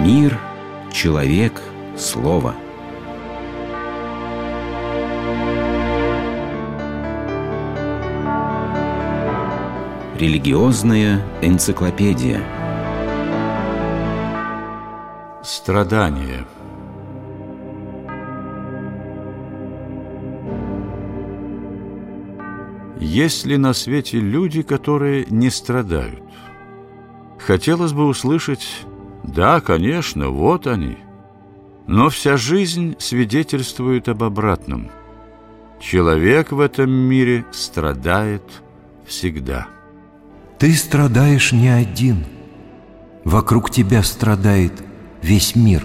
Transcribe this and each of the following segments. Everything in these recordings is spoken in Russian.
Мир, человек, слово. Религиозная энциклопедия. Страдания. Есть ли на свете люди, которые не страдают? Хотелось бы услышать: да, конечно, вот они. Но вся жизнь свидетельствует об обратном. Человек в этом мире страдает всегда. Ты страдаешь не один. Вокруг тебя страдает весь мир.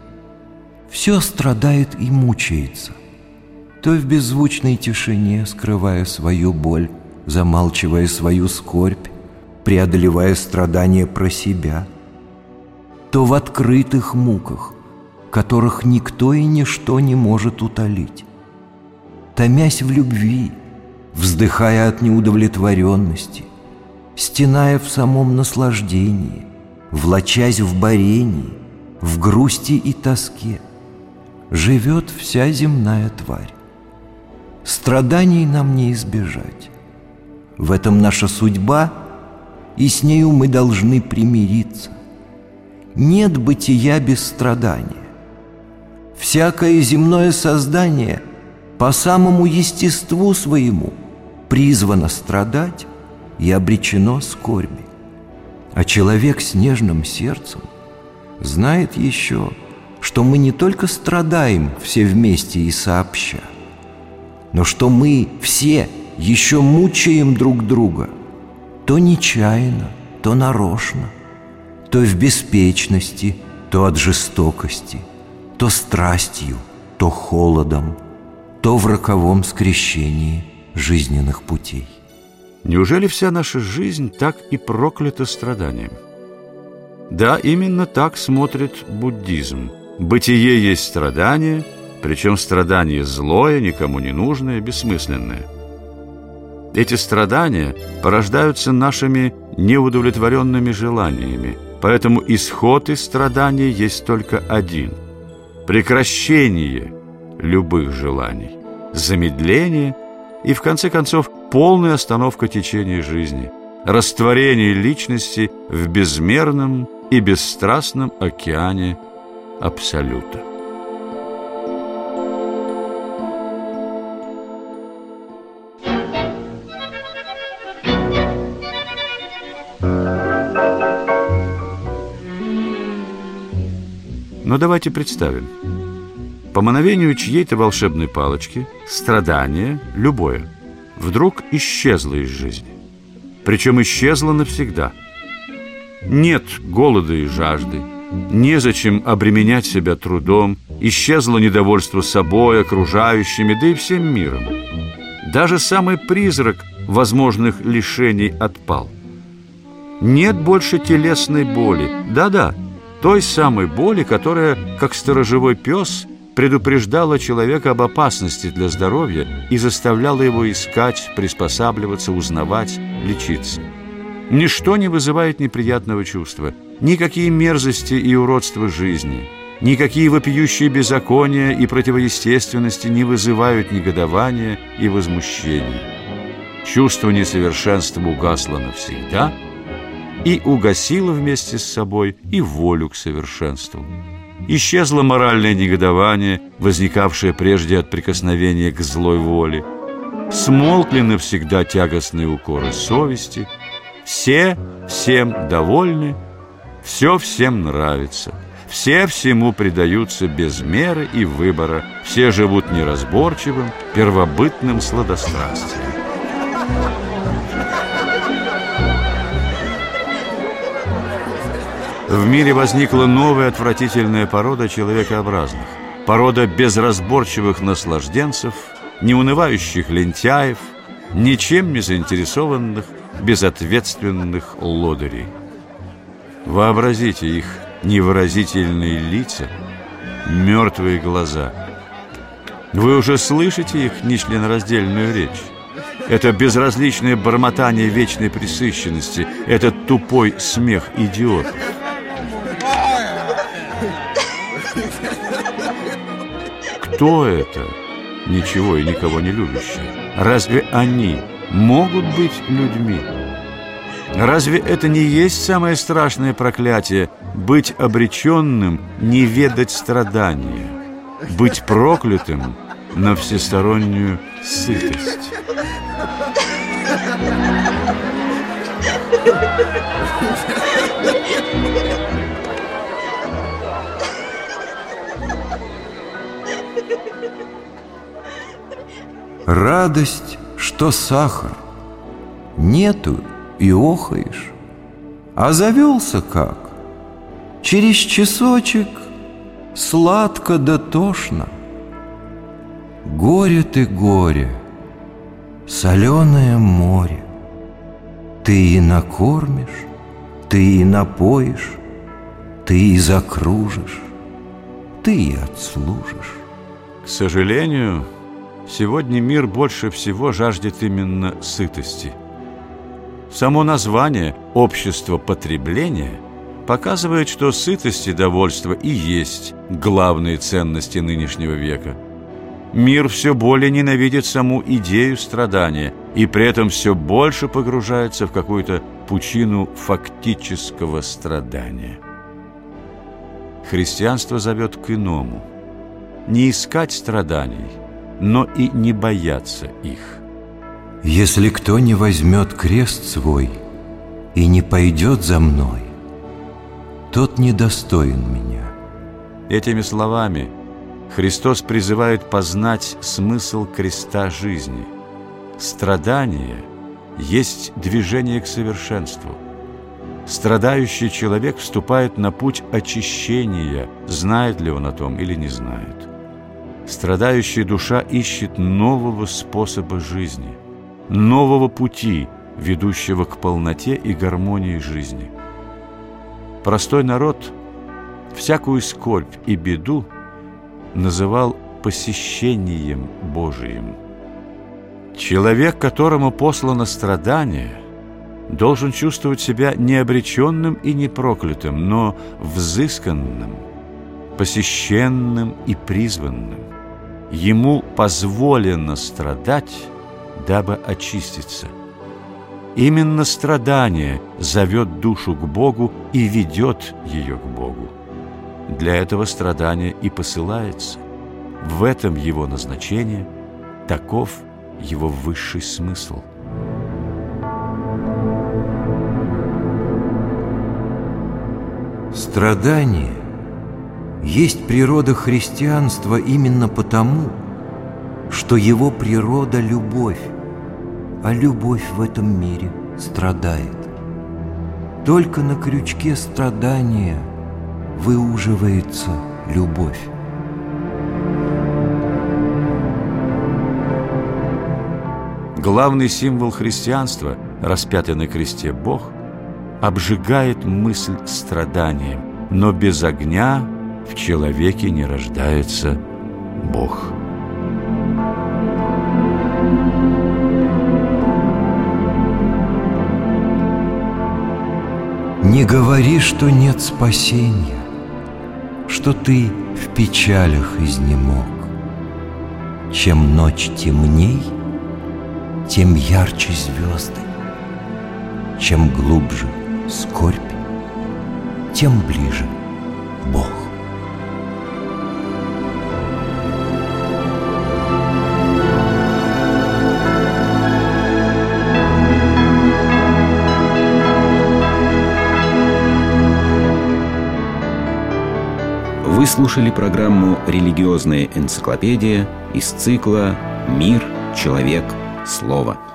Все страдает и мучается. То в беззвучной тишине, скрывая свою боль, замалчивая свою скорбь, преодолевая страдания про себя, то в открытых муках, которых никто и ничто не может утолить, томясь в любви, вздыхая от неудовлетворенности, стеная в самом наслаждении, влачась в борении, в грусти и тоске, живет вся земная тварь. Страданий нам не избежать. В этом наша судьба, и с нею мы должны примириться. Нет бытия без страдания. Всякое земное создание по самому естеству своему призвано страдать и обречено скорби. А человек с нежным сердцем знает еще, что мы не только страдаем все вместе и сообща, но что мы все еще мучаем друг друга, то нечаянно, то нарочно, то в беспечности, то от жестокости, то страстью, то холодом, то в роковом скрещении жизненных путей. Неужели вся наша жизнь так и проклята страданием? Да, именно так смотрит буддизм. Бытие есть страдание, причем страдание злое, никому не нужное, бессмысленное. Эти страдания порождаются нашими неудовлетворенными желаниями, поэтому исход из страданий есть только один – прекращение любых желаний, замедление и, в конце концов, полная остановка течения жизни, растворение личности в безмерном и бесстрастном океане Абсолюта. Но давайте представим. По мановению чьей-то волшебной палочки страдание, любое, вдруг исчезло из жизни. Причем исчезло навсегда. Нет голода и жажды, незачем обременять себя трудом, исчезло недовольство собой, окружающими, да и всем миром. Даже самый призрак возможных лишений отпал. Нет больше телесной боли. Да-да, той самой боли, которая, как сторожевой пес, предупреждала человека об опасности для здоровья и заставляла его искать, приспосабливаться, узнавать, лечиться. Ничто не вызывает неприятного чувства, никакие мерзости и уродства жизни, никакие вопиющие беззакония и противоестественности не вызывают негодования и возмущения. Чувство несовершенства угасло навсегда и угасило вместе с собой и волю к совершенству. Исчезло моральное негодование, возникавшее прежде от прикосновения к злой воле. Смолкли навсегда тягостные укоры совести. Все всем довольны, все всем нравится. Все всему предаются без меры и выбора. Все живут неразборчивым, первобытным сладострастием. В мире возникла новая отвратительная порода человекообразных. Порода безразборчивых наслажденцев, неунывающих лентяев, ничем не заинтересованных, безответственных лодырей. Вообразите их невыразительные лица, мертвые глаза. Вы уже слышите их нечленораздельную речь? Это безразличное бормотание вечной пресыщенности, этот тупой смех идиотов. Что это? Ничего и никого не любящие. Разве они могут быть людьми? Разве это не есть самое страшное проклятие – быть обреченным, не ведать страдания, быть проклятым на всестороннюю сытость? Радость, что сахар, нету и охаешь, а завелся как? Через часочек сладко да тошно. Горе ты, горе, соленое море. Ты и накормишь, ты и напоишь, ты и закружишь, ты и отслужишь. К сожалению, сегодня мир больше всего жаждет именно сытости. Само название «общество потребления» показывает, что сытость и довольство и есть главные ценности нынешнего века. Мир все более ненавидит саму идею страдания и при этом все больше погружается в какую-то пучину фактического страдания. Христианство зовет к иному – не искать страданий, но и не бояться их. Если кто не возьмет крест свой и не пойдет за мной, тот недостоин меня. Этими словами Христос призывает познать смысл креста жизни. Страдание есть движение к совершенству. Страдающий человек вступает на путь очищения, знает ли он о том или не знает. Страдающая душа ищет нового способа жизни, нового пути, ведущего к полноте и гармонии жизни. Простой народ всякую скорбь и беду называл посещением Божиим. Человек, которому послано страдание, должен чувствовать себя не обреченным и не проклятым, но взысканным, посещенным и призванным. Ему позволено страдать, дабы очиститься. Именно страдание зовет душу к Богу и ведет ее к Богу. Для этого страдание и посылается. В этом его назначение, таков его высший смысл. Страдание есть природа христианства именно потому, что его природа – любовь, а любовь в этом мире страдает. Только на крючке страдания выуживается любовь. Главный символ христианства, распятый на кресте Бог, обжигает мысль страданием, но без огня в человеке не рождается Бог. Не говори, что нет спасения, что ты в печалях изнемог. Чем ночь темней, тем ярче звезды. Чем глубже скорбь, тем ближе Бог. Вы слушали программу «Религиозная энциклопедия» из цикла «Мир, человек, слово».